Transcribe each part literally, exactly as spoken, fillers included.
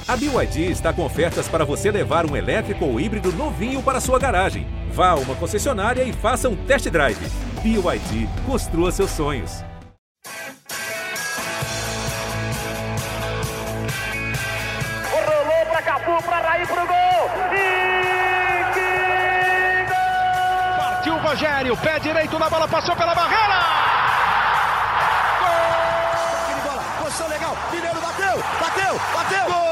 A B Y D está com ofertas para você levar um elétrico ou híbrido novinho para sua garagem. Vá a uma concessionária e faça um test drive. B Y D, construa seus sonhos. Rolou para Cafu, para Raí, pro gol! E que gol! Partiu o Rogério, pé direito na bola, passou pela barreira! Gol! Bola, posição legal, Mineiro bateu, bateu, bateu! Gol!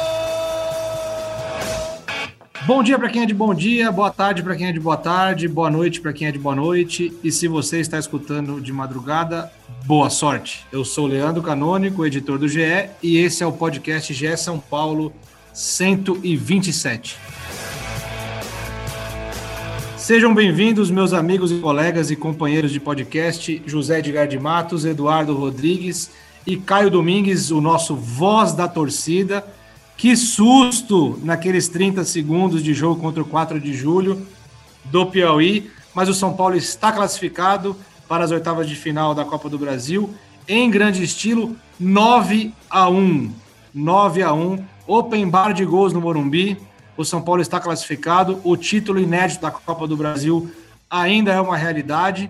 Bom dia para quem é de bom dia, boa tarde para quem é de boa tarde, boa noite para quem é de boa noite. E se você está escutando de madrugada, boa sorte. Eu sou Leandro Canônico, editor do G E, e esse é o podcast G E São Paulo cento e vinte e sete. Sejam bem-vindos, meus amigos e colegas e companheiros de podcast, José Edgar de Matos, Eduardo Rodrigues e Caio Domingues, o nosso voz da torcida. Que susto naqueles trinta segundos de jogo contra o quatro de julho do Piauí, mas o São Paulo está classificado para as oitavas de final da Copa do Brasil em grande estilo, nove a um. nove a um, open bar de gols no Morumbi, o São Paulo está classificado, o título inédito da Copa do Brasil ainda é uma realidade.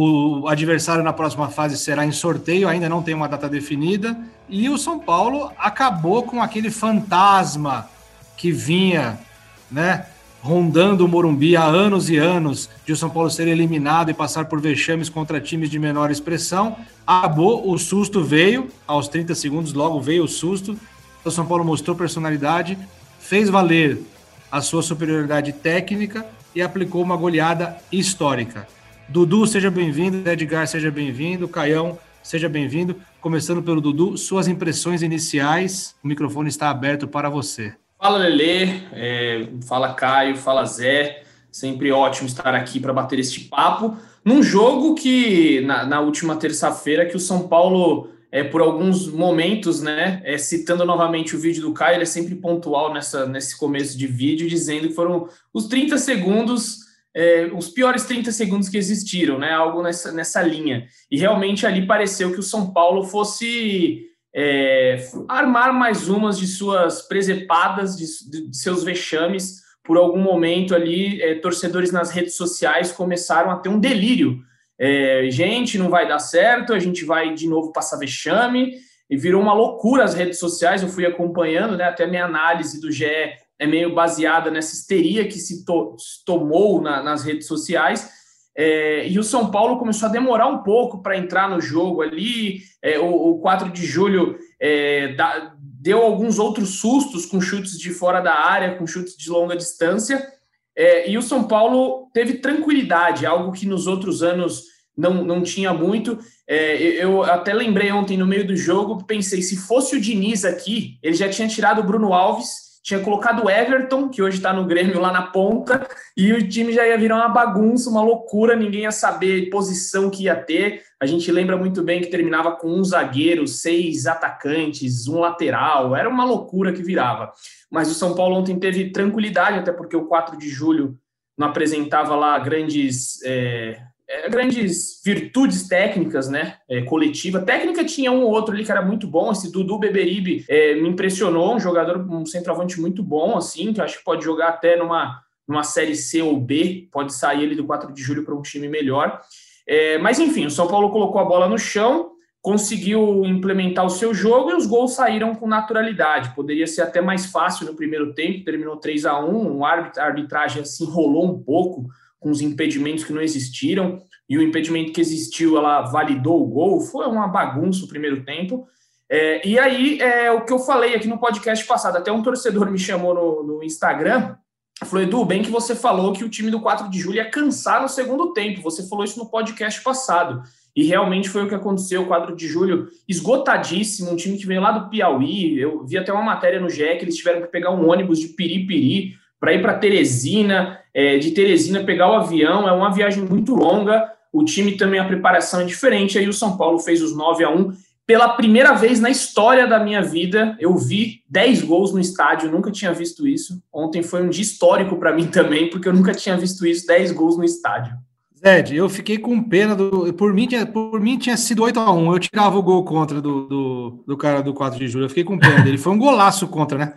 O adversário na próxima fase será em sorteio, ainda não tem uma data definida, e o São Paulo acabou com aquele fantasma que vinha, né, rondando o Morumbi há anos e anos, de o São Paulo ser eliminado e passar por vexames contra times de menor expressão. Acabou, o susto veio, aos trinta segundos logo veio o susto, o São Paulo mostrou personalidade, fez valer a sua superioridade técnica e aplicou uma goleada histórica. Dudu, seja bem-vindo. Edgar, seja bem-vindo. Caião, seja bem-vindo. Começando pelo Dudu, suas impressões iniciais. O microfone está aberto para você. Fala, Lelê. É, fala, Caio. Fala, Zé. Sempre ótimo estar aqui para bater este papo. Num jogo que, na, na última terça-feira, que o São Paulo, é, por alguns momentos, né, é, citando novamente o vídeo do Caio, ele é sempre pontual nessa, nesse começo de vídeo, dizendo que foram os trinta segundos... É, os piores trinta segundos que existiram, né? Algo nessa, nessa linha. E realmente ali pareceu que o São Paulo fosse é, armar mais umas de suas presepadas, de, de seus vexames. Por algum momento ali, é, torcedores nas redes sociais começaram a ter um delírio. É, gente, não vai dar certo, a gente vai de novo passar vexame. E virou uma loucura as redes sociais, eu fui acompanhando, né? Até a minha análise do G E é meio baseada nessa histeria que se, to- se tomou na, nas redes sociais, é, e o São Paulo começou a demorar um pouco para entrar no jogo ali. É, o, o quatro de julho é, da, deu alguns outros sustos com chutes de fora da área, com chutes de longa distância, é, e o São Paulo teve tranquilidade, algo que nos outros anos não, não tinha muito. É, eu até lembrei ontem no meio do jogo, pensei, se fosse o Diniz aqui, ele já tinha tirado o Bruno Alves, tinha colocado o Everton, que hoje está no Grêmio lá na ponta, e o time já ia virar uma bagunça, uma loucura, ninguém ia saber posição que ia ter. A gente lembra muito bem que terminava com um zagueiro, seis atacantes, um lateral, era uma loucura que virava. Mas o São Paulo ontem teve tranquilidade, até porque o quatro de julho não apresentava lá grandes... É... É, grandes virtudes técnicas, né, é, coletiva. Técnica tinha um ou outro ali que era muito bom. Esse Dudu Beberibe é, me impressionou, um jogador, um centroavante muito bom, assim, que eu acho que pode jogar até numa, numa série C ou B, pode sair ele do quatro de julho para um time melhor. É, mas, enfim, o São Paulo colocou a bola no chão, conseguiu implementar o seu jogo e os gols saíram com naturalidade. Poderia ser até mais fácil no primeiro tempo, terminou três a um, a arbitragem assim enrolou um pouco, com os impedimentos que não existiram, e o impedimento que existiu, ela validou o gol, foi uma bagunça o primeiro tempo. É, e aí, é o que eu falei aqui no podcast passado, até um torcedor me chamou no, no Instagram, falou, Edu, bem que você falou que o time do quatro de julho ia cansar no segundo tempo, você falou isso no podcast passado, e realmente foi o que aconteceu. O quatro de julho esgotadíssimo, um time que veio lá do Piauí, eu vi até uma matéria no G E que eles tiveram que pegar um ônibus de Piripiri para ir para Teresina, é, de Teresina pegar o avião, é uma viagem muito longa, o time também, a preparação é diferente, aí o São Paulo fez os nove a um, pela primeira vez na história da minha vida, eu vi dez gols no estádio, nunca tinha visto isso, ontem foi um dia histórico para mim também, porque eu nunca tinha visto isso, dez gols no estádio. Zed, eu fiquei com pena, do, por, mim, tinha, por mim tinha sido oito a um, eu tirava o gol contra do, do, do cara do quatro de julho, eu fiquei com pena dele, foi um golaço contra, né?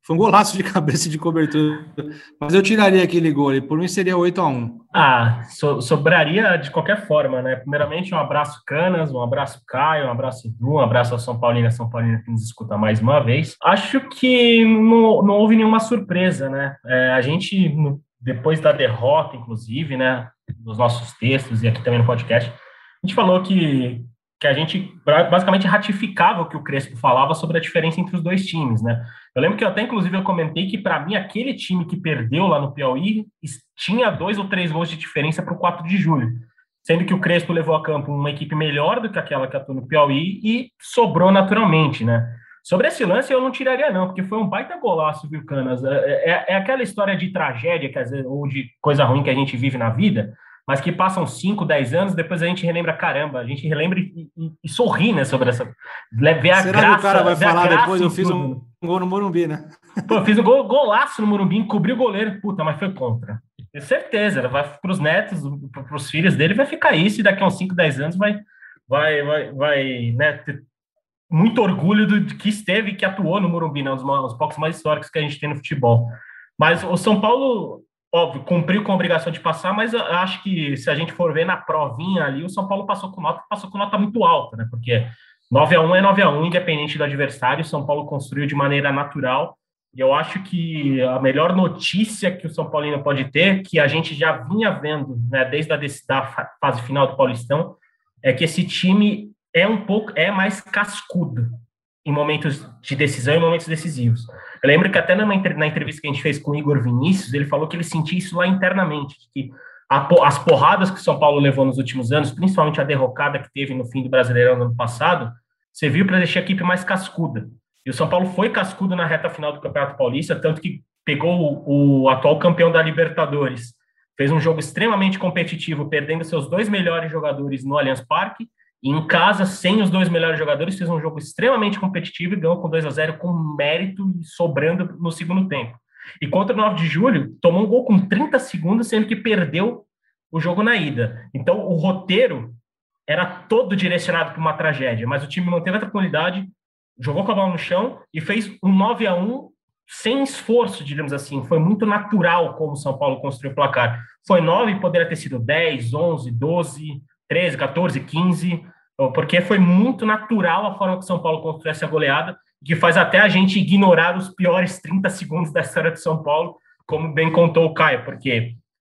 Foi um golaço de cabeça de cobertura. Mas eu tiraria aquele gol ali. Por mim seria oito a um. Ah, so, sobraria de qualquer forma, né? Primeiramente, um abraço Canas, um abraço Caio, um abraço Edu, um abraço ao São Paulino e São Paulina que nos escuta mais uma vez. Acho que não, não houve nenhuma surpresa, né? É, a gente, depois da derrota, inclusive, né? Nos nossos textos e aqui também no podcast, a gente falou que, que a gente basicamente ratificava o que o Crespo falava sobre a diferença entre os dois times, né? Eu lembro que eu até, inclusive, eu comentei que, para mim, aquele time que perdeu lá no Piauí tinha dois ou três gols de diferença para o quatro de julho, sendo que o Crespo levou a campo uma equipe melhor do que aquela que atuou no Piauí e sobrou naturalmente, né? Sobre esse lance, eu não tiraria, não, porque foi um baita golaço, viu, Canas? É, é, é aquela história de tragédia, quer dizer, ou de coisa ruim que a gente vive na vida, mas que passam cinco, dez anos, depois a gente relembra, caramba, a gente relembra e, e, e sorri, né, sobre essa... Ver a Será graça, que o cara vai falar depois, eu tudo, fiz um, um gol no Morumbi, né? Pô, eu fiz um gol, golaço no Morumbi, encobriu o goleiro, puta, mas foi contra. Tenho certeza, vai para os netos, para os filhos dele, vai ficar isso, e daqui a uns cinco, dez anos vai, vai, vai, vai né, ter muito orgulho do que esteve, que atuou no Morumbi, né, um dos, dos poucos mais históricos que a gente tem no futebol. Mas o São Paulo... Óbvio, cumpriu com a obrigação de passar, mas eu acho que se a gente for ver na provinha ali, o São Paulo passou com nota, passou com nota muito alta, né? Porque nove a um é nove a um, independente do adversário, o São Paulo construiu de maneira natural, e eu acho que a melhor notícia que o São Paulino pode ter, que a gente já vinha vendo, né, desde a da fase final do Paulistão, é que esse time é um pouco, é mais cascudo em momentos de decisão e momentos decisivos. Eu lembro que até na entrevista que a gente fez com o Igor Vinícius, ele falou que ele sentia isso lá internamente, que as porradas que o São Paulo levou nos últimos anos, principalmente a derrocada que teve no fim do Brasileirão no ano passado, serviu para deixar a equipe mais cascuda. E o São Paulo foi cascudo na reta final do Campeonato Paulista, tanto que pegou o, o atual campeão da Libertadores, fez um jogo extremamente competitivo, perdendo seus dois melhores jogadores no Allianz Parque, e em casa, sem os dois melhores jogadores, fez um jogo extremamente competitivo e ganhou com dois a zero com mérito e sobrando no segundo tempo. E contra o nove de julho, tomou um gol com trinta segundos, sendo que perdeu o jogo na ida. Então, o roteiro era todo direcionado para uma tragédia, mas o time manteve a tranquilidade, jogou com a bola no chão e fez um nove a um sem esforço, digamos assim. Foi muito natural como o São Paulo construiu o placar. Foi nove, poderia ter sido dez, onze, doze... treze, catorze, quinze, porque foi muito natural a forma que o São Paulo construiu essa goleada, que faz até a gente ignorar os piores trinta segundos da história de São Paulo, como bem contou o Caio, porque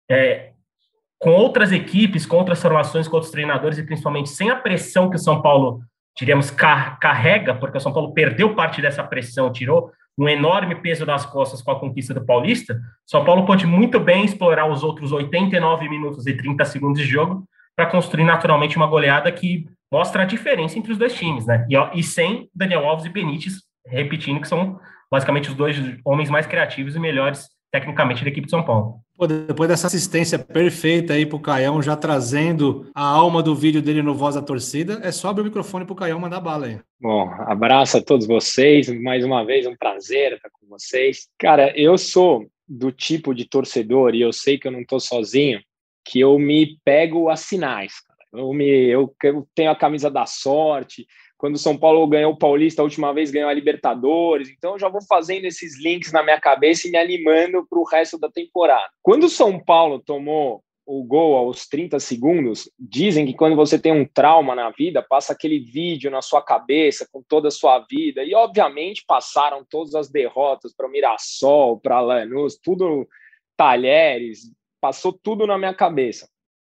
é, com outras equipes, com outras formações, com outros treinadores, e principalmente sem a pressão que o São Paulo, diríamos, car- carrega, porque o São Paulo perdeu parte dessa pressão, tirou um enorme peso das costas com a conquista do Paulista, São Paulo pode muito bem explorar os outros oitenta e nove minutos e trinta segundos de jogo para construir naturalmente uma goleada que mostra a diferença entre os dois times, né? E, e sem Daniel Alves e Benítez, repetindo que são basicamente os dois homens mais criativos e melhores tecnicamente da equipe de São Paulo. Pô, depois dessa assistência perfeita aí pro Caião, já trazendo a alma do vídeo dele no Voz da Torcida, é só abrir o microfone pro Caião mandar bala aí. Bom, abraço a todos vocês, mais uma vez um prazer estar com vocês. Cara, eu sou do tipo de torcedor, e eu sei que eu não tô sozinho, que eu me pego a sinais, cara. Eu, me, eu, eu tenho a camisa da sorte. Quando o São Paulo ganhou o Paulista, a última vez ganhou a Libertadores. Então, eu já vou fazendo esses links na minha cabeça e me animando para o resto da temporada. Quando o São Paulo tomou o gol aos trinta segundos, dizem que quando você tem um trauma na vida, passa aquele vídeo na sua cabeça com toda a sua vida. E, obviamente, passaram todas as derrotas para o Mirassol, para Lanús, tudo Talheres, passou tudo na minha cabeça.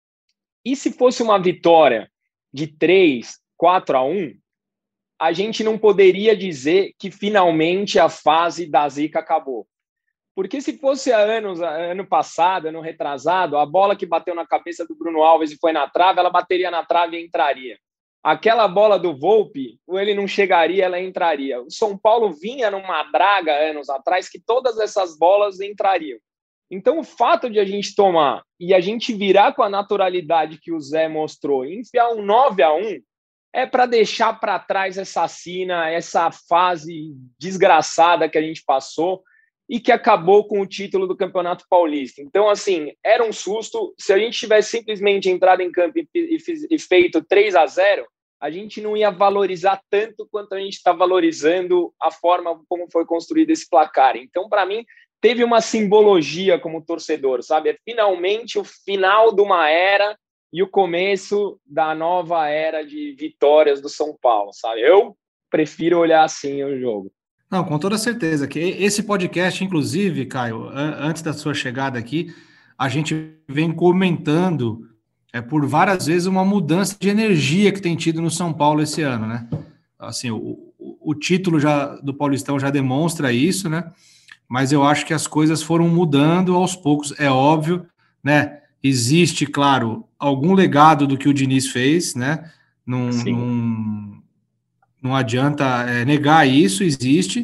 E se fosse uma vitória de três, quatro a um, a gente não poderia dizer que finalmente a fase da zica acabou. Porque se fosse anos, ano passado, ano retrasado, a bola que bateu na cabeça do Bruno Alves e foi na trave, ela bateria na trave e entraria. Aquela bola do Volpi, ele não chegaria, ela entraria. O São Paulo vinha numa draga anos atrás que todas essas bolas entrariam. Então, o fato de a gente tomar e a gente virar com a naturalidade que o Zé mostrou e enfiar um nove a um é para deixar para trás essa sina, essa fase desgraçada que a gente passou e que acabou com o título do Campeonato Paulista. Então, assim, era um susto. Se a gente tivesse simplesmente entrado em campo e, e, e feito três a zero, a gente não ia valorizar tanto quanto a gente está valorizando a forma como foi construído esse placar. Então, para mim, teve uma simbologia como torcedor, sabe? É finalmente o final de uma era e o começo da nova era de vitórias do São Paulo, sabe? Eu prefiro olhar assim o jogo. Não, com toda certeza. Que esse podcast, inclusive, Caio, antes da sua chegada aqui, a gente vem comentando é, por várias vezes uma mudança de energia que tem tido no São Paulo esse ano, né? Assim, o, o título já, do Paulistão já demonstra isso, né? Mas eu acho que as coisas foram mudando aos poucos, é óbvio, né? Existe, claro, algum legado do que o Diniz fez, né? Não, não, não adianta é, negar isso, existe,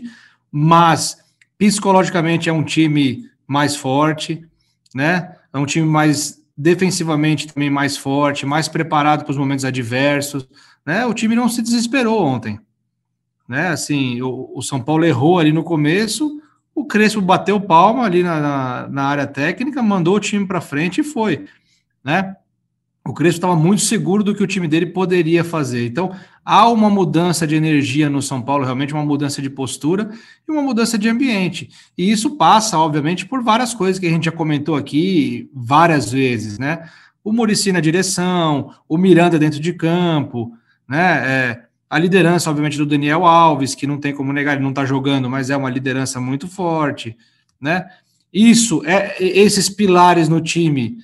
mas psicologicamente é um time mais forte, né? É um time mais defensivamente também mais forte, mais preparado para os momentos adversos, né? O time não se desesperou ontem, né? Assim, o, o São Paulo errou ali no começo. O Crespo bateu palma ali na, na, na área técnica, mandou o time para frente e foi, né? O Crespo estava muito seguro do que o time dele poderia fazer. Então, há uma mudança de energia no São Paulo, realmente uma mudança de postura e uma mudança de ambiente. E isso passa, obviamente, por várias coisas que a gente já comentou aqui várias vezes, né? O Muricy na direção, o Miranda dentro de campo, né? É, a liderança, obviamente, do Daniel Alves, que não tem como negar, ele não está jogando, mas é uma liderança muito forte, né? Isso, é, esses pilares no time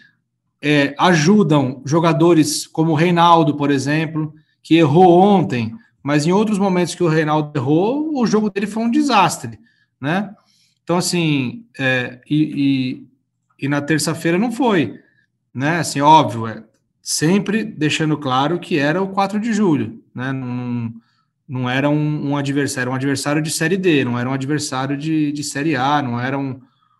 é, ajudam jogadores como o Reinaldo, por exemplo, que errou ontem, mas em outros momentos que o Reinaldo errou, o jogo dele foi um desastre, né? Então, assim, é, e, e, e na terça-feira não foi, né? Assim, óbvio, é, sempre deixando claro que era o quatro de julho, né? Não, não era um, um adversário, um adversário de Série D, não era um adversário de, de Série A, não era um,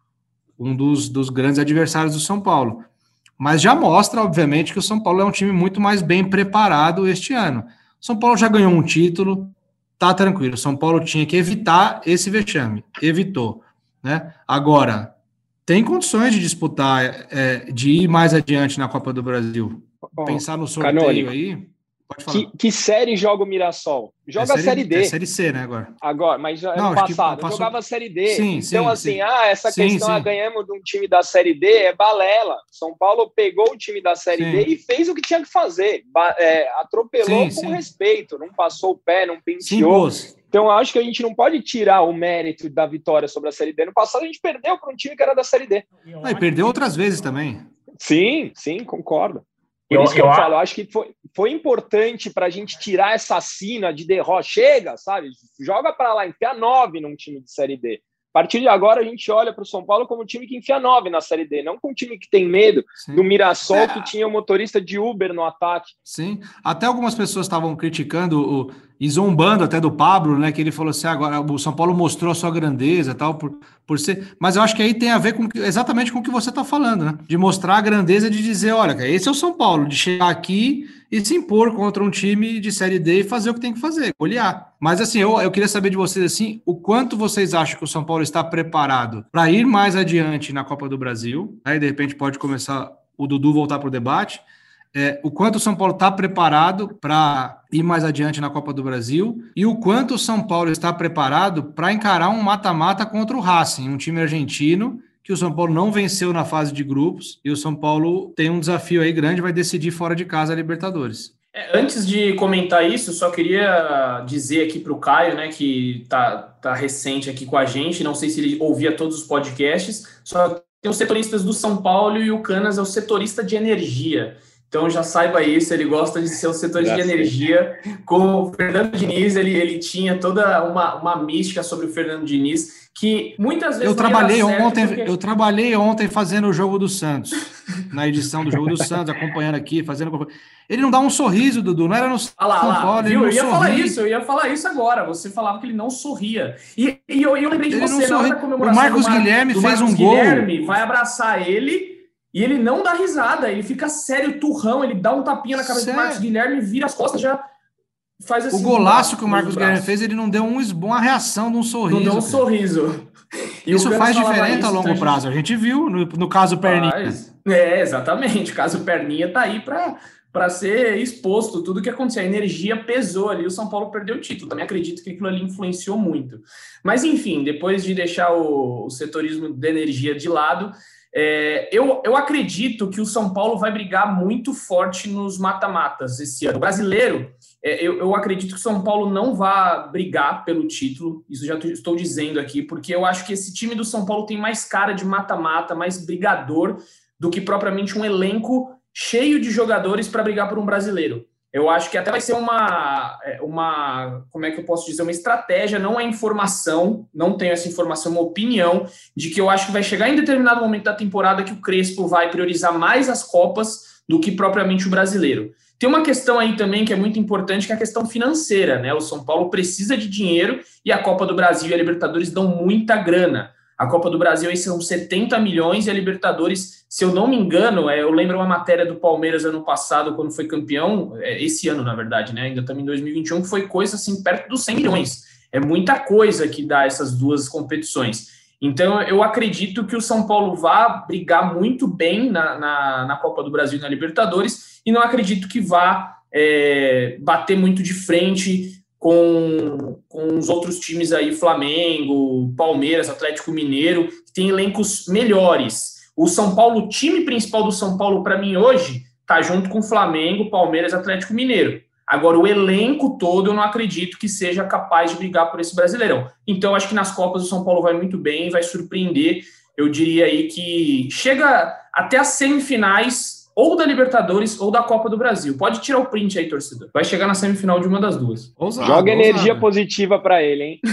um dos, dos grandes adversários do São Paulo. Mas já mostra, obviamente, que o São Paulo é um time muito mais bem preparado este ano. O São Paulo já ganhou um título, tá tranquilo. O São Paulo tinha que evitar esse vexame, evitou, né? Agora, tem condições de disputar, é, de ir mais adiante na Copa do Brasil. Oh, pensar no sorteio Canônico. Aí, pode falar. Que, que série joga o Mirassol? Joga é série, a Série D. É Série C, né, agora? Agora, mas já ano passado, passou... jogava a Série D. Sim, então, sim, assim, sim. ah, essa sim, questão, sim. Ah, ganhamos de um time da Série D, é balela. São Paulo pegou o time da Série sim. D e fez o que tinha que fazer. É, atropelou sim, com sim. respeito, não passou o pé, não penteou. Sim, então, eu acho que a gente não pode tirar o mérito da vitória sobre a Série D. No passado, a gente perdeu para um time que era da Série D. Ah, e perdeu outras vezes também. Sim, sim, concordo. Por eu, isso que eu, eu falo, eu acho que foi, foi importante para a gente tirar essa sina de derrota. Chega, sabe? Joga para lá, enfia nove num time de Série D. A partir de agora, a gente olha para o São Paulo como um time que enfia nove na Série D, não como um time que tem medo Sim. do Mirassol, é. que tinha o motorista de Uber no ataque. Sim, até algumas pessoas estavam criticando o, e zombando até do Pablo, né? Que ele falou assim, agora o São Paulo mostrou a sua grandeza tal, por, por ser... Mas eu acho que aí tem a ver com exatamente com o que você está falando, né? De mostrar a grandeza, de dizer, olha, esse é o São Paulo, de chegar aqui e se impor contra um time de Série D e fazer o que tem que fazer, golear. Mas assim, eu, eu queria saber de vocês, assim, o quanto vocês acham que o São Paulo está preparado para ir mais adiante na Copa do Brasil, aí de repente pode começar o Dudu voltar para o debate, é, o quanto o São Paulo está preparado para ir mais adiante na Copa do Brasil e o quanto o São Paulo está preparado para encarar um mata-mata contra o Racing, um time argentino que o São Paulo não venceu na fase de grupos, e o São Paulo tem um desafio aí grande, vai decidir fora de casa a Libertadores. É, antes de comentar isso, só queria dizer aqui para o Caio, né, que tá, tá recente aqui com a gente, não sei se ele ouvia todos os podcasts, só tem os setoristas do São Paulo e o Canas é o setorista de energia. Então já saiba isso, ele gosta de ser o setorista de energia. Com o Fernando Diniz, ele, ele tinha toda uma, uma mística sobre o Fernando Diniz, que muitas vezes... Eu trabalhei, ontem, porque... eu trabalhei ontem fazendo o Jogo do Santos, na edição do Jogo do Santos, acompanhando aqui, fazendo... Ele não dá um sorriso, Dudu, não era no São ah lá, Paulo, lá, ele viu? não Eu ia sorri. falar isso, eu ia falar isso agora. Você falava que ele não sorria. E, e eu, eu lembrei de ele você na hora da comemoração. O Marcos do Mar... Guilherme do fez Marcos um gol. Guilherme vai abraçar ele... E ele não dá risada, ele fica sério, turrão, ele dá um tapinha na cabeça sério? do Marcos Guilherme, vira as costas, já faz assim. O golaço que o Marcos Guilherme fez, ele não deu um, uma reação de um sorriso. Não deu um cara. sorriso. E isso faz diferença isso, a longo então prazo, a gente viu, no, no caso Perninha. Faz. É, exatamente, o caso Perninha tá aí para para ser exposto tudo que aconteceu. A energia pesou ali, o São Paulo perdeu o título. Também acredito que aquilo ali influenciou muito. Mas, enfim, depois de deixar o, o setorismo da energia de lado, é, eu, eu acredito que o São Paulo vai brigar muito forte nos mata-matas esse ano. O brasileiro, é, eu, eu acredito que o São Paulo não vai brigar pelo título, isso já estou dizendo aqui, porque eu acho que esse time do São Paulo tem mais cara de mata-mata, mais brigador, do que propriamente um elenco cheio de jogadores para brigar por um brasileiro. Eu acho que até vai ser uma, uma, como é que eu posso dizer, uma estratégia, não é informação, não tenho essa informação, uma opinião, de que eu acho que vai chegar em determinado momento da temporada que o Crespo vai priorizar mais as Copas do que propriamente o brasileiro. Tem uma questão aí também que é muito importante, que é a questão financeira, né? O São Paulo precisa de dinheiro e a Copa do Brasil e a Libertadores dão muita grana. A Copa do Brasil aí são setenta milhões e a Libertadores, se eu não me engano, é, eu lembro uma matéria do Palmeiras ano passado, quando foi campeão, é, esse ano, na verdade, né? Ainda estamos em dois mil e vinte e um, que foi coisa assim, perto dos cem milhões. É muita coisa que dá essas duas competições. Então, eu acredito que o São Paulo vá brigar muito bem na, na, na Copa do Brasil e na Libertadores, e não acredito que vá é, bater muito de frente com, com os outros times aí, Flamengo, Palmeiras, Atlético Mineiro, que tem elencos melhores. O São Paulo, o time principal do São Paulo, para mim, hoje, está junto com Flamengo, Palmeiras, Atlético Mineiro. Agora, o elenco todo, eu não acredito que seja capaz de brigar por esse Brasileirão. Então, acho que nas Copas o São Paulo vai muito bem, vai surpreender. Eu diria aí que chega até as semifinais, ou da Libertadores ou da Copa do Brasil. Pode tirar o print aí, torcedor. Vai chegar na semifinal de uma das duas. Ousado, Joga ousado. Energia positiva para ele, hein?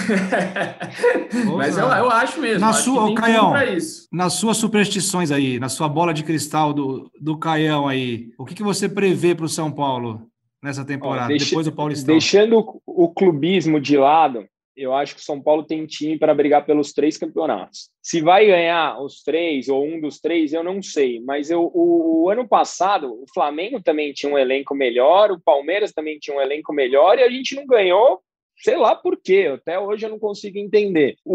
Mas eu, eu acho mesmo. Na acho sua, que o Caião, isso. Nas suas superstições aí, na sua bola de cristal do, do Caião aí, o que, que você prevê para o São Paulo nessa temporada, Ó, deixa, depois do Paulistão? Deixando o, o clubismo de lado, eu acho que o São Paulo tem time para brigar pelos três campeonatos. Se vai ganhar os três ou um dos três, eu não sei. Mas eu, o, o ano passado, o Flamengo também tinha um elenco melhor, o Palmeiras também tinha um elenco melhor e a gente não ganhou, sei lá por quê. Até hoje eu não consigo entender. O,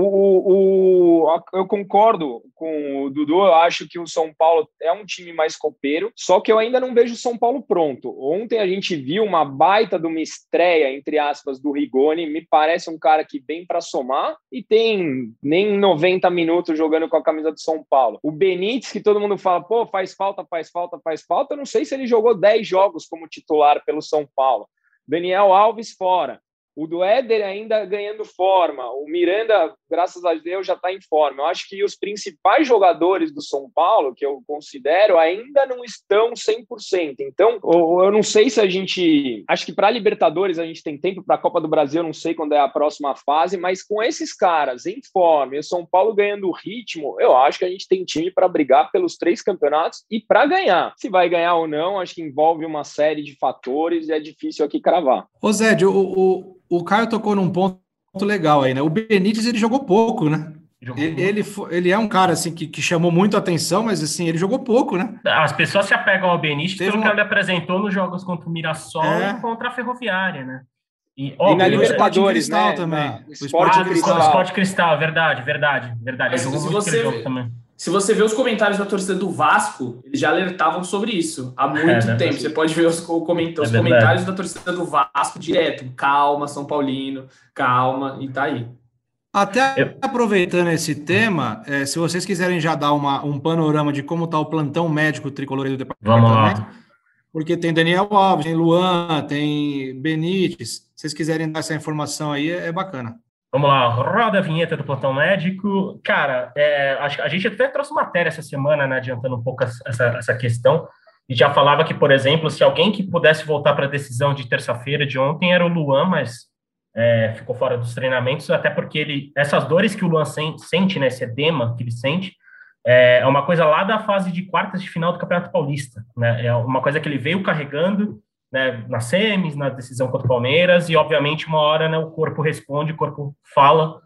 o, o, eu concordo com o Dudu, eu acho que o São Paulo é um time mais copeiro, só que eu ainda não vejo o São Paulo pronto. Ontem a gente viu uma baita de uma estreia, entre aspas, do Rigoni, me parece um cara que vem para somar e tem nem noventa minutos jogando com a camisa do São Paulo. O Benítez, que todo mundo fala, pô, faz falta, faz falta, faz falta, eu não sei se ele jogou dez jogos como titular pelo São Paulo. Daniel Alves fora. O do Éder ainda ganhando forma. O Miranda, graças a Deus, já está em forma. Eu acho que os principais jogadores do São Paulo, que eu considero, ainda não estão cem por cento. Então, eu não sei se a gente... Acho que para a Libertadores a gente tem tempo, para a Copa do Brasil eu não sei quando é a próxima fase, mas com esses caras em forma e o São Paulo ganhando ritmo, eu acho que a gente tem time para brigar pelos três campeonatos e para ganhar. Se vai ganhar ou não, acho que envolve uma série de fatores e é difícil aqui cravar. Ô Zé, o... o... O Caio tocou num ponto legal aí, né? O Benítez, ele jogou pouco, né? Jogou ele, ele, ele é um cara, assim, que, que chamou muito a atenção, mas, assim, ele jogou pouco, né? As pessoas se apegam ao Benítez pelo uma... que ele apresentou nos jogos contra o Mirassol é. e contra a Ferroviária, né? E, ó, e na Libertadores, né? Também. Na... O Esporte ah, Cristal. O Esporte Cristal, verdade, verdade, verdade. Mas, jogou se, muito você jogo também. Se você vê os comentários da torcida do Vasco, eles já alertavam sobre isso há muito é, tempo. Você pode ver os, coment... os é comentários da torcida do Vasco direto. Calma, São Paulino, calma, e tá aí. Até Eu... aproveitando esse tema, é, se vocês quiserem já dar uma, um panorama de como está o plantão médico tricolor do departamento, Vamos lá. Porque tem Daniel Alves, tem Luan, tem Benítez. Se vocês quiserem dar essa informação aí, é, é bacana. Vamos lá, roda a vinheta do plantão médico. Cara, é, a, a gente até trouxe matéria essa semana, né, adiantando um pouco essa, essa questão, e já falava que, por exemplo, se alguém que pudesse voltar para a decisão de terça-feira de ontem era o Luan, mas é, ficou fora dos treinamentos, até porque ele, essas dores que o Luan sen, sente, né, esse edema que ele sente, é, é uma coisa lá da fase de quartas de final do Campeonato Paulista, né, é uma coisa que ele veio carregando, né, nas semis, na decisão contra o Palmeiras, e obviamente uma hora, né, o corpo responde, o corpo fala,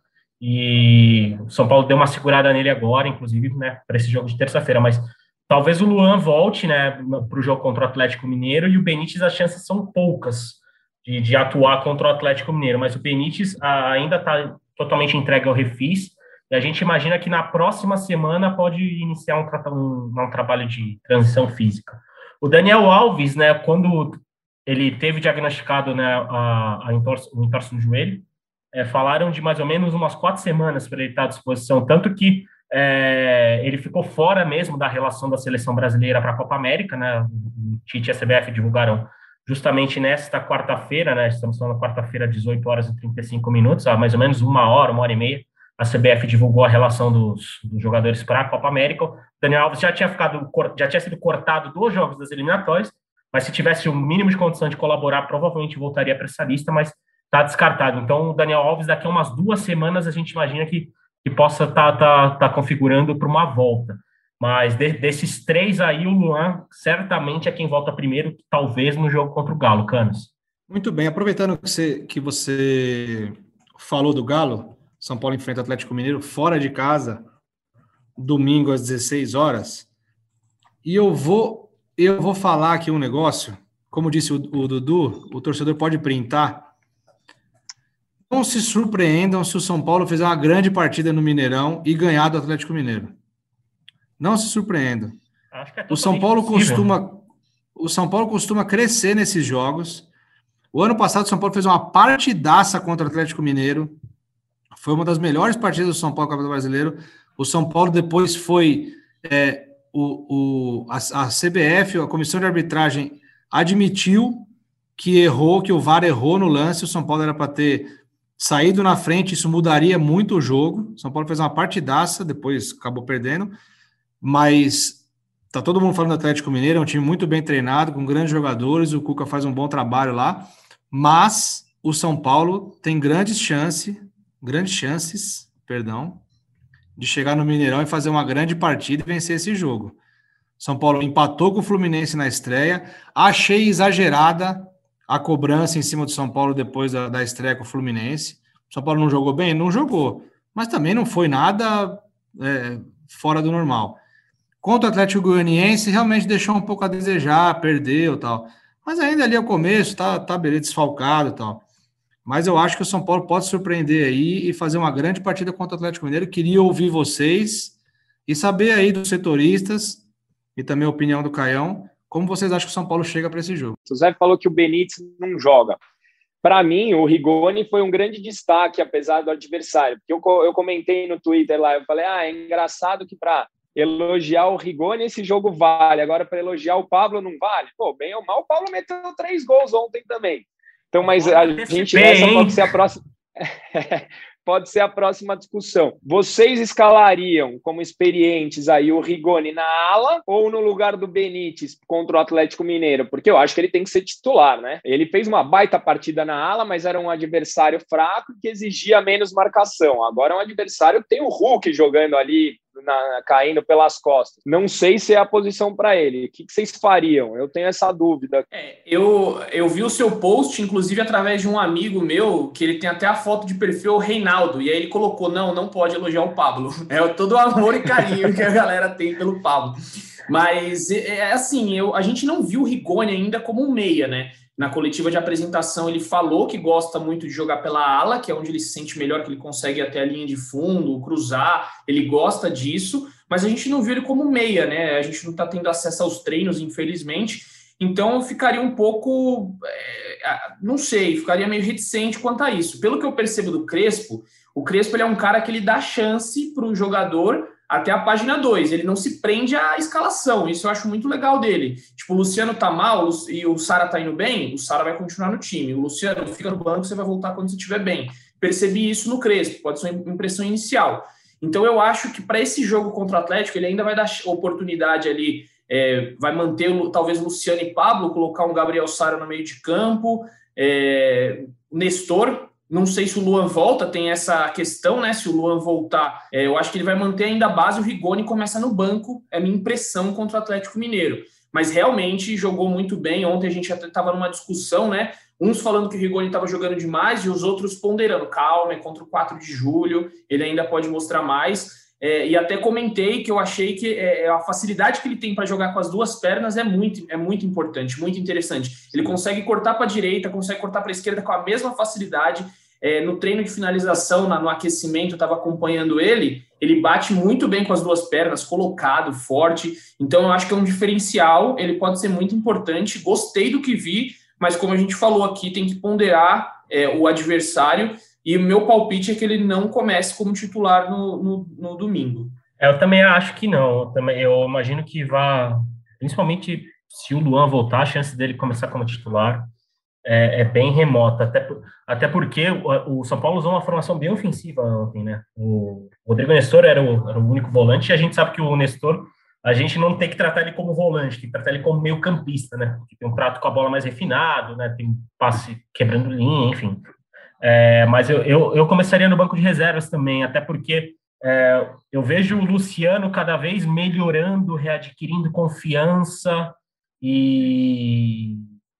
e o São Paulo deu uma segurada nele agora, inclusive, né, para esse jogo de terça-feira, mas talvez o Luan volte, né, para o jogo contra o Atlético Mineiro, e o Benítez, as chances são poucas de, de atuar contra o Atlético Mineiro, mas o Benítez a, ainda está totalmente entregue ao refis, e a gente imagina que na próxima semana pode iniciar um, um, um trabalho de transição física. O Daniel Alves, né, quando ele teve diagnosticado, né, a, a entorse, o entorse no joelho, é, falaram de mais ou menos umas quatro semanas para ele estar à disposição, tanto que é, ele ficou fora mesmo da relação da seleção brasileira para a Copa América, né, o Tite e a C B F divulgaram justamente nesta quarta-feira, né, estamos falando quarta-feira, dezoito horas e trinta e cinco minutos, há mais ou menos uma hora, uma hora e meia, a C B F divulgou a relação dos, dos jogadores para a Copa América. O Daniel Alves já tinha, ficado, já tinha sido cortado dos jogos das eliminatórias, mas se tivesse o mínimo de condição de colaborar, provavelmente voltaria para essa lista, mas está descartado. Então, o Daniel Alves, daqui a umas duas semanas, a gente imagina que, que possa estar tá, tá, tá configurando para uma volta. Mas de, desses três aí, o Luan certamente é quem volta primeiro, talvez no jogo contra o Galo, Canos. Muito bem, aproveitando que você, que você falou do Galo, São Paulo enfrenta o Atlético Mineiro fora de casa, domingo às dezesseis horas, e eu vou, eu vou falar aqui um negócio, como disse o, o Dudu, o torcedor pode printar. Não se surpreendam se o São Paulo fizer uma grande partida no Mineirão e ganhar do Atlético Mineiro. Não se surpreendam. Acho que é o São Paulo possível. costuma, o São Paulo costuma crescer nesses jogos. O ano passado o São Paulo fez uma partidaça contra o Atlético Mineiro. Foi uma das melhores partidas do São Paulo no Campeonato Brasileiro. O São Paulo depois foi é, o, o, a, a C B F, a Comissão de Arbitragem, admitiu que errou, que o V A R errou no lance. O São Paulo era para ter saído na frente, isso mudaria muito o jogo. O São Paulo fez uma partidaça, depois acabou perdendo. Mas tá todo mundo falando do Atlético Mineiro, é um time muito bem treinado, com grandes jogadores, o Cuca faz um bom trabalho lá, mas o São Paulo tem grandes chances, grandes chances, perdão, de chegar no Mineirão e fazer uma grande partida e vencer esse jogo. São Paulo empatou com o Fluminense na estreia, achei exagerada a cobrança em cima do São Paulo depois da, da estreia com o Fluminense. O São Paulo não jogou bem? Não jogou, mas também não foi nada é, fora do normal. Contra o Atlético Goianiense, realmente deixou um pouco a desejar, perdeu e tal. Mas ainda ali é o começo, tá, tá beleza, desfalcado e tal. Mas eu acho que o São Paulo pode surpreender aí e fazer uma grande partida contra o Atlético Mineiro. Queria ouvir vocês e saber aí dos setoristas e também a opinião do Caião, como vocês acham que o São Paulo chega para esse jogo. O Zé falou que o Benítez não joga. Para mim, o Rigoni foi um grande destaque, apesar do adversário. Porque eu, eu comentei no Twitter lá, eu falei, ah, é engraçado que para elogiar o Rigoni esse jogo vale, agora para elogiar o Pablo não vale? Pô, bem ou mal, o Pablo meteu três gols ontem também. Então, mas a gente nessa pode ser a próxima... pode ser a próxima discussão. Vocês escalariam como experientes aí o Rigoni na ala ou no lugar do Benítez contra o Atlético Mineiro? Porque eu acho que ele tem que ser titular, né? Ele fez uma baita partida na ala, mas era um adversário fraco que exigia menos marcação. Agora é um adversário que tem o Hulk jogando ali, Na, caindo pelas costas. Não sei se é a posição para ele. O que, que vocês fariam? Eu tenho essa dúvida. É, eu, eu vi o seu post, inclusive através de um amigo meu, que ele tem até a foto de perfil, o Reinaldo, e aí ele colocou, não, não pode elogiar o Pablo. É todo o amor e carinho que a galera tem pelo Pablo. Mas, é, é assim, eu, a gente não viu o Rigoni ainda como um meia, né? Na coletiva de apresentação, ele falou que gosta muito de jogar pela ala, que é onde ele se sente melhor, que ele consegue ir até a linha de fundo, cruzar, ele gosta disso, mas a gente não viu ele como meia, né? A gente não está tendo acesso aos treinos, infelizmente, então eu ficaria um pouco, é, não sei, ficaria meio reticente quanto a isso. Pelo que eu percebo do Crespo, o Crespo ele é um cara que ele dá chance para o jogador até a página dois, ele não se prende à escalação, isso eu acho muito legal dele. Tipo, o Luciano tá mal e o Sara tá indo bem, o Sara vai continuar no time. O Luciano fica no banco, você vai voltar quando você estiver bem. Percebi isso no Crespo, pode ser uma impressão inicial. Então eu acho que para esse jogo contra o Atlético, ele ainda vai dar oportunidade ali, é, vai manter talvez Luciano e Pablo, colocar um Gabriel Sara no meio de campo, é, Nestor. Não sei se o Luan volta, tem essa questão, né? Se o Luan voltar, é, eu acho que ele vai manter ainda a base, o Rigoni começa no banco, é a minha impressão contra o Atlético Mineiro. Mas realmente jogou muito bem, ontem a gente até estava numa discussão, né? Uns falando que o Rigoni estava jogando demais e os outros ponderando, calma, é contra o quatro de julho, ele ainda pode mostrar mais. É, e até comentei que eu achei que é, a facilidade que ele tem para jogar com as duas pernas é muito, é muito importante, muito interessante. Ele consegue cortar para a direita, consegue cortar para a esquerda com a mesma facilidade. é, no treino de finalização, na, no aquecimento, eu estava acompanhando ele, ele bate muito bem com as duas pernas, colocado, forte, então eu acho que é um diferencial, ele pode ser muito importante, gostei do que vi, mas como a gente falou aqui, tem que ponderar é, o adversário, e o meu palpite é que ele não comece como titular no, no, no domingo. Eu também acho que não, eu, também, eu imagino que vá, principalmente se o Luan voltar, a chance dele começar como titular é, é bem remota, até, até porque o, o São Paulo usou uma formação bem ofensiva ontem, né? O Rodrigo Nestor era o, era o único volante, e a gente sabe que o Nestor, a gente não tem que tratar ele como volante, tem que tratar ele como meio campista, né? Porque tem um trato com a bola mais refinado, né? Tem passe quebrando linha, enfim. É, mas eu, eu, eu começaria no banco de reservas também, até porque é, eu vejo o Luciano cada vez melhorando, readquirindo confiança, e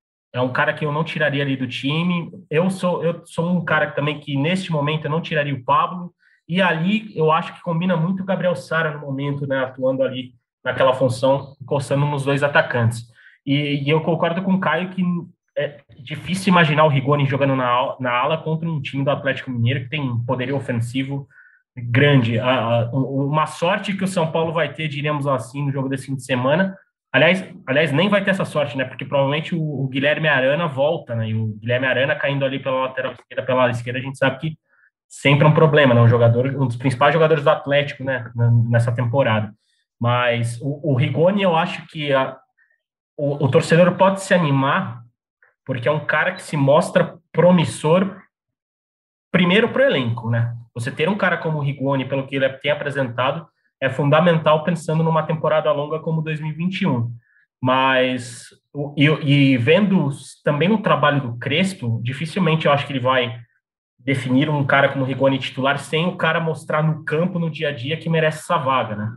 é um cara que eu não tiraria ali do time. Eu sou, eu sou um cara também que, neste momento, eu não tiraria o Pablo, e ali eu acho que combina muito o Gabriel Sara no momento, né, atuando ali naquela função, encostando nos dois atacantes. E, e eu concordo com o Caio que é difícil imaginar o Rigoni jogando na, na ala contra um time do Atlético Mineiro que tem poderio ofensivo grande. A, a, uma sorte que o São Paulo vai ter, diríamos assim, no jogo desse fim de semana. Aliás, aliás, nem vai ter essa sorte, né? Porque provavelmente o, o Guilherme Arana volta, né? E o Guilherme Arana caindo ali pela lateral esquerda, pela ala esquerda, a gente sabe que sempre é um problema, né? Um jogador, um dos principais jogadores do Atlético, né? Nessa temporada. Mas o, o Rigoni, eu acho que a, o, o torcedor pode se animar, porque é um cara que se mostra promissor primeiro para o elenco, né? Você ter um cara como o Rigoni, pelo que ele tem apresentado, é fundamental pensando numa temporada longa como dois mil e vinte e um. Mas, e, e vendo também o trabalho do Crespo, dificilmente eu acho que ele vai definir um cara como o Rigoni titular sem o cara mostrar no campo, no dia a dia, que merece essa vaga, né?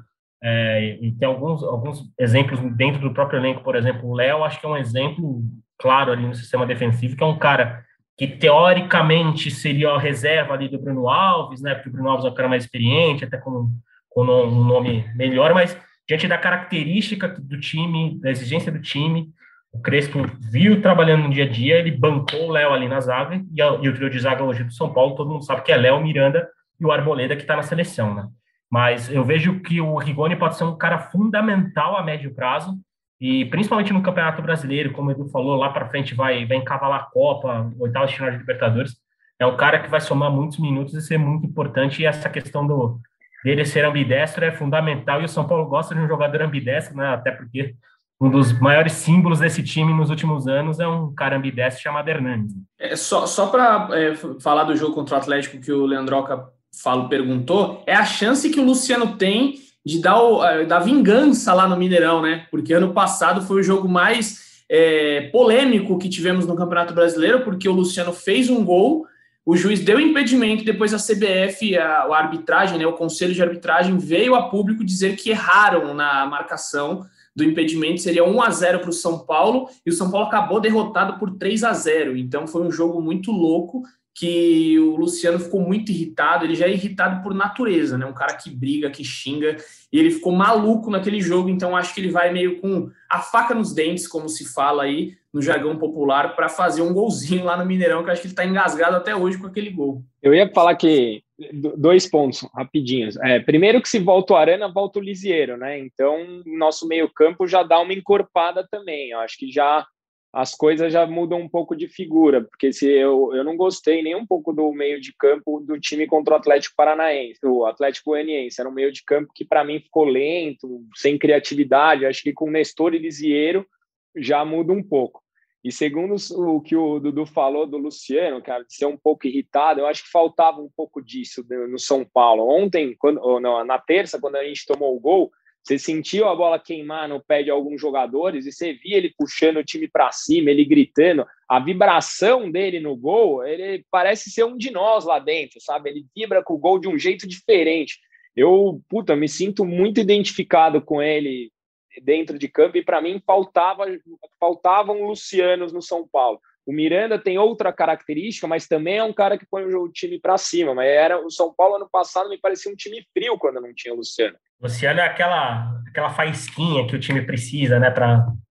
É, e tem alguns, alguns exemplos dentro do próprio elenco, por exemplo, o Léo, acho que é um exemplo claro ali no sistema defensivo, que é um cara que teoricamente seria a reserva ali do Bruno Alves, né? Porque o Bruno Alves é um cara mais experiente, até com, com um nome melhor, mas diante da característica do time, da exigência do time, o Crespo viu trabalhando no dia a dia, ele bancou o Léo ali na zaga, e, a, e o trio de zaga hoje do São Paulo, todo mundo sabe que é Léo, Miranda e o Arboleda, que está na seleção, né? Mas eu vejo que o Rigoni pode ser um cara fundamental a médio prazo, e principalmente no Campeonato Brasileiro, como o Edu falou, lá para frente vai, vai encavalar a Copa, oitava de final de Libertadores. É um cara que vai somar muitos minutos e ser muito importante, e essa questão do, dele ser ambidestro é fundamental, e o São Paulo gosta de um jogador ambidestro, né? Até porque um dos maiores símbolos desse time nos últimos anos é um cara ambidestro chamado Hernandes. É, só só para é, falar do jogo contra o Atlético que o Leandroca falo, perguntou, é a chance que o Luciano tem de dar, o, dar vingança lá no Mineirão, né? Porque ano passado foi o jogo mais é, polêmico que tivemos no Campeonato Brasileiro, porque o Luciano fez um gol, o juiz deu impedimento, depois a C B F, a, a arbitragem, né, o Conselho de Arbitragem veio a público dizer que erraram na marcação do impedimento, seria um a zero para o São Paulo, e o São Paulo acabou derrotado por três a zero, então foi um jogo muito louco, que o Luciano ficou muito irritado, ele já é irritado por natureza, né? Um cara que briga, que xinga, e ele ficou maluco naquele jogo, então acho que ele vai meio com a faca nos dentes, como se fala aí no jargão popular, para fazer um golzinho lá no Mineirão, que eu acho que ele está engasgado até hoje com aquele gol. Eu ia falar que dois pontos rapidinhos. É, primeiro que se volta o Arana, volta o Lisieiro, né? Então nosso meio campo já dá uma encorpada também, eu acho que já as coisas já mudam um pouco de figura, porque se eu, eu não gostei nem um pouco do meio de campo do time contra o Atlético Paranaense, o Atlético Goianiense, era um meio de campo que para mim ficou lento, sem criatividade, acho que com Nestor e Lisieiro já muda um pouco. E segundo o que o Dudu falou do Luciano, cara, de ser um pouco irritado, eu acho que faltava um pouco disso no São Paulo. Ontem, quando, ou não, na terça, quando a gente tomou o gol, você sentiu a bola queimar no pé de alguns jogadores e você via ele puxando o time para cima, ele gritando. A vibração dele no gol, ele parece ser um de nós lá dentro, sabe? Ele vibra com o gol de um jeito diferente. Eu, puta, me sinto muito identificado com ele dentro de campo e para mim faltava, faltavam Lucianos no São Paulo. O Miranda tem outra característica, mas também é um cara que põe o time para cima. Mas era o São Paulo ano passado me parecia um time frio quando não tinha o Luciano. Luciano é aquela, aquela faísquinha que o time precisa, né, para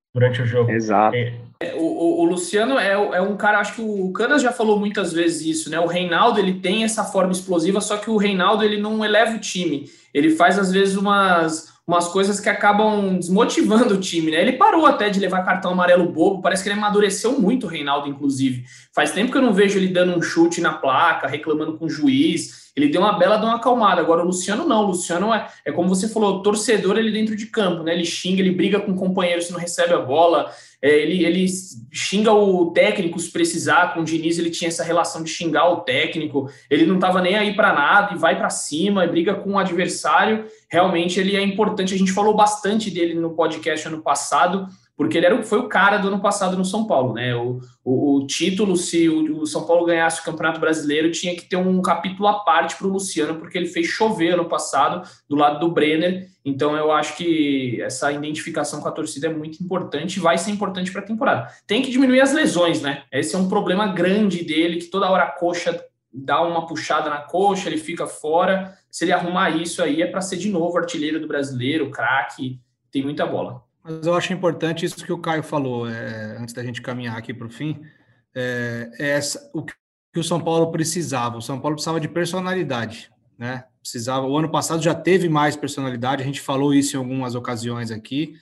durante o jogo. Exato. É, o, o, o Luciano é, é um cara, acho que o Canas já falou muitas vezes isso, né? O Reinaldo, ele tem essa forma explosiva, só que o Reinaldo, ele não eleva o time. Ele faz, às vezes, umas, umas coisas que acabam desmotivando o time, né? Ele parou até de levar cartão amarelo bobo, parece que ele amadureceu muito, o Reinaldo, inclusive. Faz tempo que eu não vejo ele dando um chute na placa, reclamando com o juiz. Ele deu uma bela de uma acalmada. Agora o Luciano não, o Luciano é, é como você falou, torcedor ele dentro de campo, né? Ele xinga, ele briga com o companheiro se não recebe a bola, é, ele, ele xinga o técnico se precisar. Com o Diniz ele tinha essa relação de xingar o técnico, ele não estava nem aí para nada e vai para cima e briga com o adversário. Realmente ele é importante, a gente falou bastante dele no podcast ano passado, porque ele era, foi o cara do ano passado no São Paulo, né? O, o, o título, se o, o São Paulo ganhasse o Campeonato Brasileiro, tinha que ter um capítulo à parte para o Luciano, porque ele fez chover ano passado do lado do Brenner. Então eu acho que essa identificação com a torcida é muito importante e vai ser importante para a temporada. Tem que diminuir as lesões, né? Esse é um problema grande dele, que toda hora a coxa dá uma puxada na coxa, ele fica fora. Se ele arrumar isso aí, é para ser de novo artilheiro do Brasileiro, craque, tem muita bola. Mas eu acho importante isso que o Caio falou, é, antes da gente caminhar aqui para o fim, é, é essa, o que o São Paulo precisava. O São Paulo precisava de personalidade, né? Precisava, o ano passado já teve mais personalidade, a gente falou isso em algumas ocasiões aqui,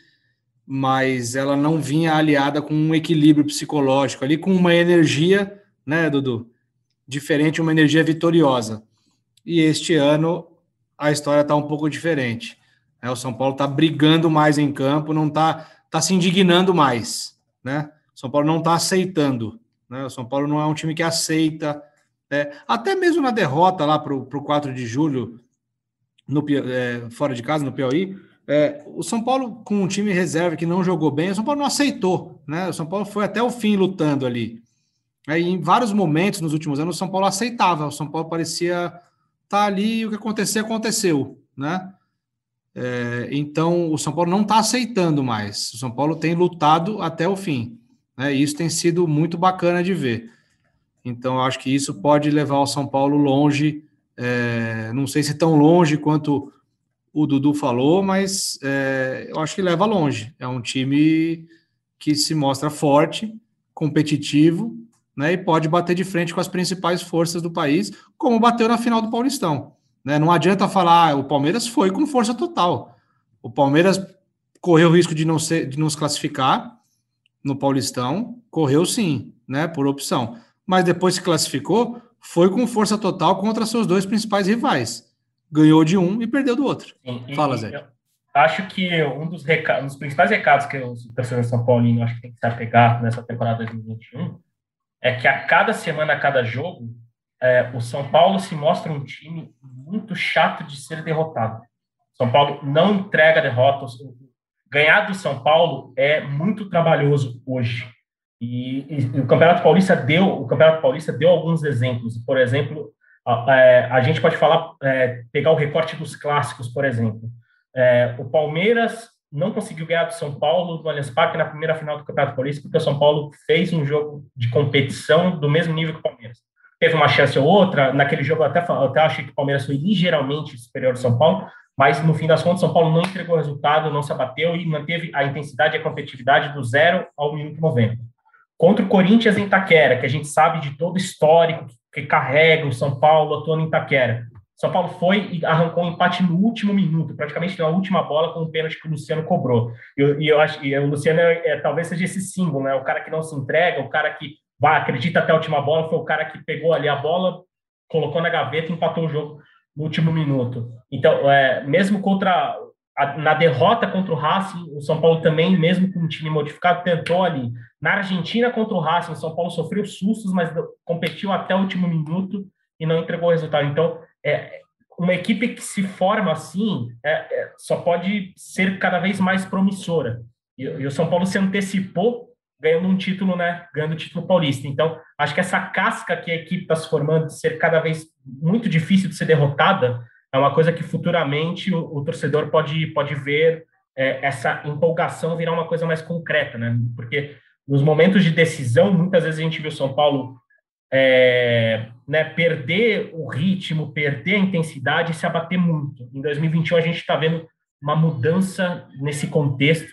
mas ela não vinha aliada com um equilíbrio psicológico ali, com uma energia, né, Dudu? Diferente, uma energia vitoriosa. E este ano a história está um pouco diferente. O São Paulo está brigando mais em campo, não está tá se indignando mais, né? O São Paulo não está aceitando, né? O São Paulo não é um time que aceita, é, até mesmo na derrota lá para o quatro de julho, no, é, fora de casa, no Piauí, é, o São Paulo, com um time reserva que não jogou bem, o São Paulo não aceitou, né? O São Paulo foi até o fim lutando ali. É, e em vários momentos nos últimos anos, o São Paulo aceitava, o São Paulo parecia estar tá ali, o que acontecer, aconteceu, né? É, então, o São Paulo não está aceitando mais. O São Paulo tem lutado até o fim, né? E isso tem sido muito bacana de ver. Então, eu acho que isso pode levar o São Paulo longe. É, não sei se tão longe quanto o Dudu falou, mas é, eu acho que leva longe. É um time que se mostra forte, competitivo, né? E pode bater de frente com as principais forças do país, como bateu na final do Paulistão. Não adianta falar, ah, o Palmeiras foi com força total. O Palmeiras correu o risco de não, ser, de não se classificar no Paulistão, correu sim, né, por opção. Mas depois se classificou, foi com força total contra seus dois principais rivais. Ganhou de um e perdeu do outro. Sim, Fala, e, Zé. Acho que um dos, recados, um dos principais recados que os torcedores de São Paulo acho que tem que se apegar nessa temporada de dois mil e vinte e um é que a cada semana, a cada jogo, É, o São Paulo se mostra um time muito chato de ser derrotado. São Paulo não entrega derrotas. Ganhar do São Paulo é muito trabalhoso hoje. E, e o Campeonato Paulista deu, o Campeonato Paulista deu alguns exemplos. Por exemplo, a, a, a gente pode falar, é, pegar o recorte dos clássicos, por exemplo. É, o Palmeiras não conseguiu ganhar do São Paulo no Allianz Parque na primeira final do Campeonato Paulista, porque o São Paulo fez um jogo de competição do mesmo nível que o Palmeiras. Teve uma chance ou outra, naquele jogo eu até, eu até achei que o Palmeiras foi ligeiramente superior ao São Paulo, mas no fim das contas o São Paulo não entregou o resultado, não se abateu e manteve a intensidade e a competitividade do zero ao minuto noventa. Contra o Corinthians em Itaquera, que a gente sabe de todo o histórico que carrega o São Paulo atuando em Itaquera. São Paulo foi e arrancou um empate no último minuto, praticamente na última bola, com o pênalti que o Luciano cobrou. E eu, e eu acho que o Luciano é, é, talvez seja esse símbolo, né? O cara que não se entrega, o cara que vai, acredita até a última bola, foi o cara que pegou ali a bola, colocou na gaveta e empatou o jogo no último minuto. Então, é, mesmo contra a, na derrota contra o Racing, o São Paulo também, mesmo com um time modificado, tentou ali. Na Argentina contra o Racing, o São Paulo sofreu sustos, mas competiu até o último minuto e não entregou o resultado. Então, é, uma equipe que se forma assim é, é, só pode ser cada vez mais promissora. E, e o São Paulo se antecipou ganhando um título, né? Ganhando o título paulista. Então, acho que essa casca que a equipe está se formando de ser cada vez muito difícil de ser derrotada é uma coisa que futuramente o, o torcedor pode, pode ver é, essa empolgação virar uma coisa mais concreta, né? Porque nos momentos de decisão, muitas vezes a gente viu o São Paulo é, né, perder o ritmo, perder a intensidade e se abater muito. Em dois mil e vinte e um, a gente está vendo uma mudança nesse contexto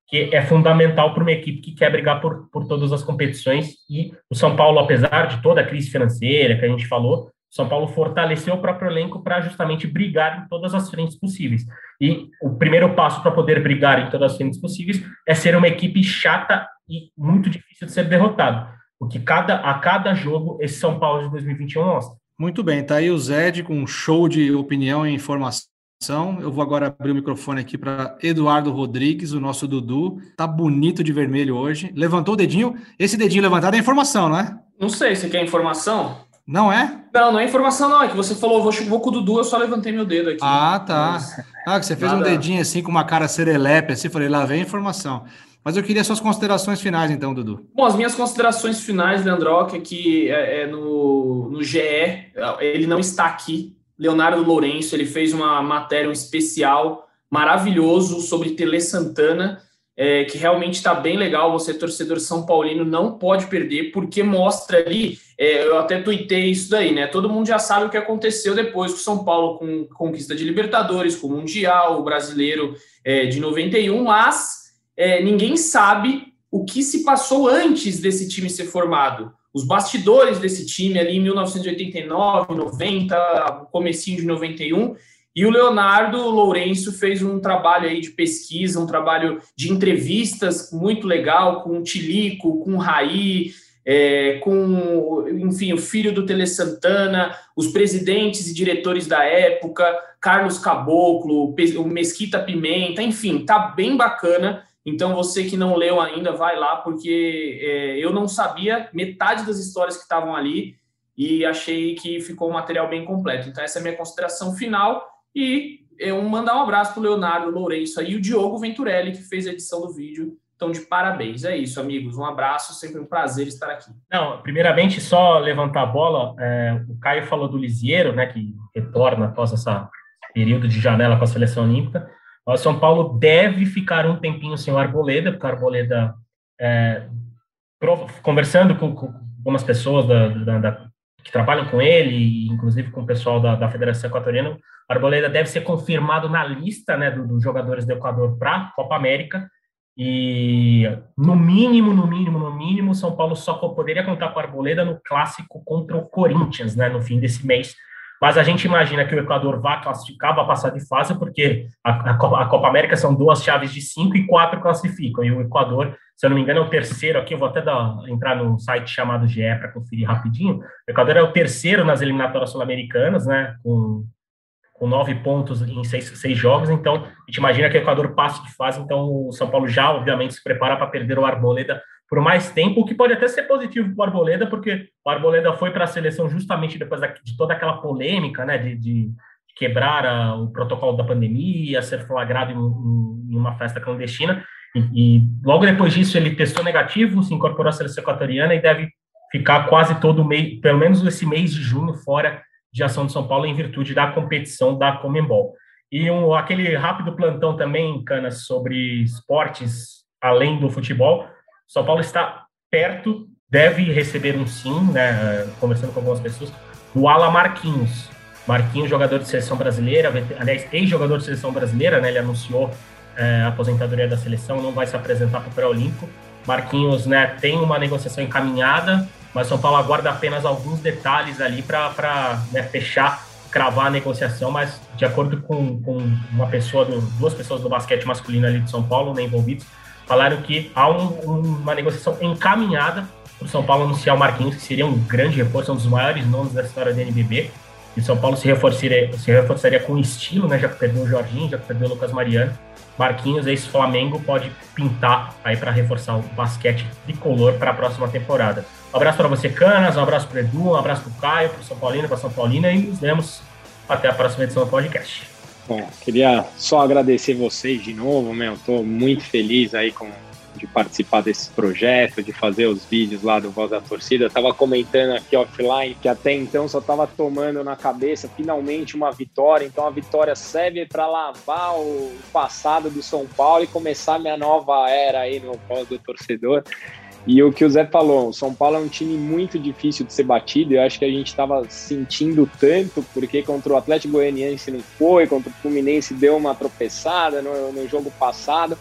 que é fundamental para uma equipe que quer brigar por, por todas as competições, e o São Paulo, apesar de toda a crise financeira que a gente falou, o São Paulo fortaleceu o próprio elenco para justamente brigar em todas as frentes possíveis. E o primeiro passo para poder brigar em todas as frentes possíveis é ser uma equipe chata e muito difícil de ser derrotado, o que cada, a cada jogo esse São Paulo de dois mil e vinte e um mostra. Muito bem, tá aí o Zed com um show de opinião e informação. Eu vou agora abrir o microfone aqui para Eduardo Rodrigues, o nosso Dudu. Tá bonito de vermelho hoje. Levantou o dedinho. Esse dedinho levantado é informação, não é? Não sei, você quer informação? Não é? Não, não é informação não. É que você falou, vou, vou com o Dudu, eu só levantei meu dedo aqui. Ah, tá. Mas... Ah, que você fez Nada... um dedinho assim com uma cara serelepe, assim, falei, lá vem informação. Mas eu queria suas considerações finais, então, Dudu. Bom, as minhas considerações finais, Leandroc, é que é, é no, no G E, ele não está aqui. Leonardo Lourenço, ele fez uma matéria, um especial maravilhoso sobre Tele Santana, é, que realmente está bem legal. Você, torcedor São Paulino, não pode perder, porque mostra ali, é, eu até tuitei isso daí, né? Todo mundo já sabe o que aconteceu depois com o São Paulo, com conquista de Libertadores, com o Mundial, o Brasileiro é, de noventa e um, mas é, ninguém sabe o que se passou antes desse time ser formado. Os bastidores desse time ali em mil novecentos e oitenta e nove, noventa, comecinho de noventa e um, e o Leonardo Lourenço fez um trabalho aí de pesquisa, um trabalho de entrevistas muito legal com o Tilico, com o Raí, é, com, enfim, o filho do Tele Santana, os presidentes e diretores da época, Carlos Caboclo, o Mesquita Pimenta, enfim, tá bem bacana. Então, você que não leu ainda, vai lá, porque é, eu não sabia metade das histórias que estavam ali e achei que ficou um material bem completo. Então, essa é a minha consideração final e eu mandar um abraço para o Leonardo Lourenço e o Diogo Venturelli, que fez a edição do vídeo. Então, de parabéns. É isso, amigos. Um abraço, sempre um prazer estar aqui. Não, primeiramente, só levantar a bola. É, o Caio falou do Lisieiro, né, que retorna após esse período de janela com a Seleção Olímpica. O São Paulo deve ficar um tempinho sem o Arboleda, porque o Arboleda, é, conversando com, com algumas pessoas da, da, da, que trabalham com ele, inclusive com o pessoal da, da Federação Equatoriana, o Arboleda deve ser confirmado na lista, né, dos do jogadores do Equador para a Copa América, e no mínimo, no mínimo, no mínimo, o São Paulo só poderia contar com o Arboleda no clássico contra o Corinthians, né, no fim desse mês. Mas a gente imagina que o Equador vá classificar, vá passar de fase, porque a, a, Copa, a Copa América são duas chaves de cinco e quatro classificam. E o Equador, se eu não me engano, é o terceiro aqui. Eu vou até dar, entrar no site chamado G E para conferir rapidinho. O Equador é o terceiro nas eliminatórias sul-americanas, né? Com, com nove pontos em seis, seis jogos. Então, a gente imagina que o Equador passe de fase. Então, o São Paulo já, obviamente, se prepara para perder o Arboleda por mais tempo, o que pode até ser positivo para o Arboleda, porque o Arboleda foi para a seleção justamente depois de toda aquela polêmica, né, de, de quebrar a, o protocolo da pandemia, ser flagrado em, em uma festa clandestina, e, e logo depois disso ele testou negativo, se incorporou à seleção equatoriana e deve ficar quase todo mês, pelo menos esse mês de junho, fora de ação de São Paulo em virtude da competição da Conmebol. E um, aquele rápido plantão também, Canas, sobre esportes além do futebol. São Paulo está perto, deve receber um sim, né, conversando com algumas pessoas, do Ala Marquinhos. Marquinhos, jogador de seleção brasileira, aliás, ex-jogador de seleção brasileira, né, ele anunciou é, a aposentadoria da seleção, não vai se apresentar para o pré-olímpico. Marquinhos, né, tem uma negociação encaminhada, mas São Paulo aguarda apenas alguns detalhes ali para né, fechar, cravar a negociação, mas de acordo com, com uma pessoa, do, duas pessoas do basquete masculino ali de São Paulo, né, envolvidos, falaram que há um, uma negociação encaminhada para o São Paulo anunciar o Marquinhos, que seria um grande reforço, um dos maiores nomes da história da N B B. E o São Paulo se reforçaria, se reforçaria com estilo, né, já que perdeu o Jorginho, já que perdeu o Lucas Mariano. Marquinhos, ex-Flamengo, pode pintar aí para reforçar o basquete tricolor para a próxima temporada. Um abraço para você, Canas, um abraço para o Edu, um abraço para o Caio, para o São Paulino, para a São Paulina, e nos vemos até a próxima edição do podcast. Bom, queria só agradecer vocês de novo, meu, estou muito feliz aí com, de participar desse projeto, de fazer os vídeos lá do Voz da Torcida. Eu estava comentando aqui offline que até então só estava tomando na cabeça finalmente uma vitória, então a vitória serve para lavar o passado do São Paulo e começar a minha nova era aí no Voz do Torcedor. E o que o Zé falou, o São Paulo é um time muito difícil de ser batido, eu acho que a gente estava sentindo tanto, porque contra o Atlético Goianiense não foi, contra o Fluminense deu uma tropeçada no, no jogo passado,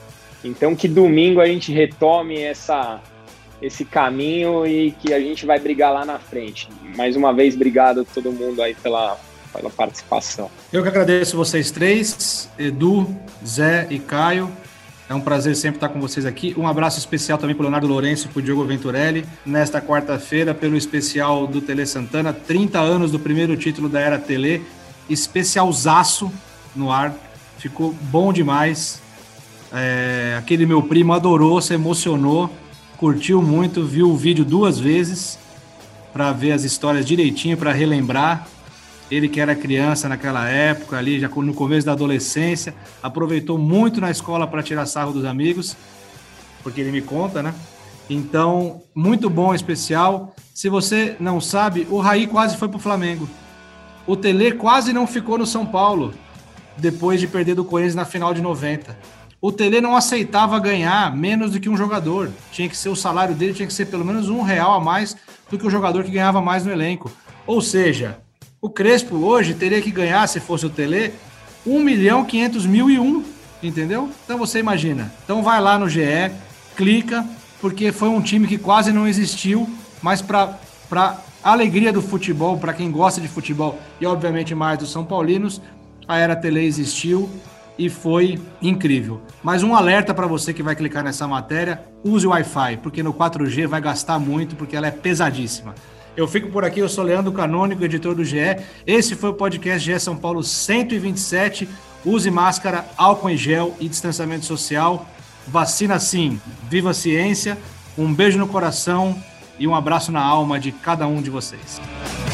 Então que domingo a gente retome essa, esse caminho e que a gente vai brigar lá na frente. Mais uma vez, obrigado a todo mundo aí pela, pela participação. Eu que agradeço vocês três, Edu, Zé e Caio. É um prazer sempre estar com vocês aqui. Um abraço especial também para o Leonardo Lourenço e para o Diogo Venturelli. Nesta quarta-feira, pelo especial do Tele Santana, trinta anos do primeiro título da Era Tele. Especialzaço no ar. Ficou bom demais. É, aquele meu primo adorou, se emocionou, curtiu muito, viu o vídeo duas vezes para ver as histórias direitinho, para relembrar. Ele que era criança naquela época, ali já no começo da adolescência, aproveitou muito na escola para tirar sarro dos amigos, porque ele me conta, né? Então, muito bom, especial. Se você não sabe, o Raí quase foi pro Flamengo. O Tele quase não ficou no São Paulo, depois de perder do Corinthians na final de noventa. O Tele não aceitava ganhar menos do que um jogador. Tinha que ser o salário dele, tinha que ser pelo menos um real a mais do que o jogador que ganhava mais no elenco. Ou seja, o Crespo hoje teria que ganhar, se fosse o Tele, um milhão quinhentos mil e um, entendeu? Então você imagina. Então vai lá no G E, clica, porque foi um time que quase não existiu, mas para para alegria do futebol, para quem gosta de futebol e obviamente mais dos São Paulinos, a Era Tele existiu e foi incrível. Mas um alerta para você que vai clicar nessa matéria, use o Wi-Fi, porque no quatro G vai gastar muito, porque ela é pesadíssima. Eu fico por aqui, eu sou Leandro Canônico, editor do G E. Esse foi o podcast G E São Paulo cento e vinte e sete. Use máscara, álcool em gel e distanciamento social. Vacina sim, viva a ciência. Um beijo no coração e um abraço na alma de cada um de vocês.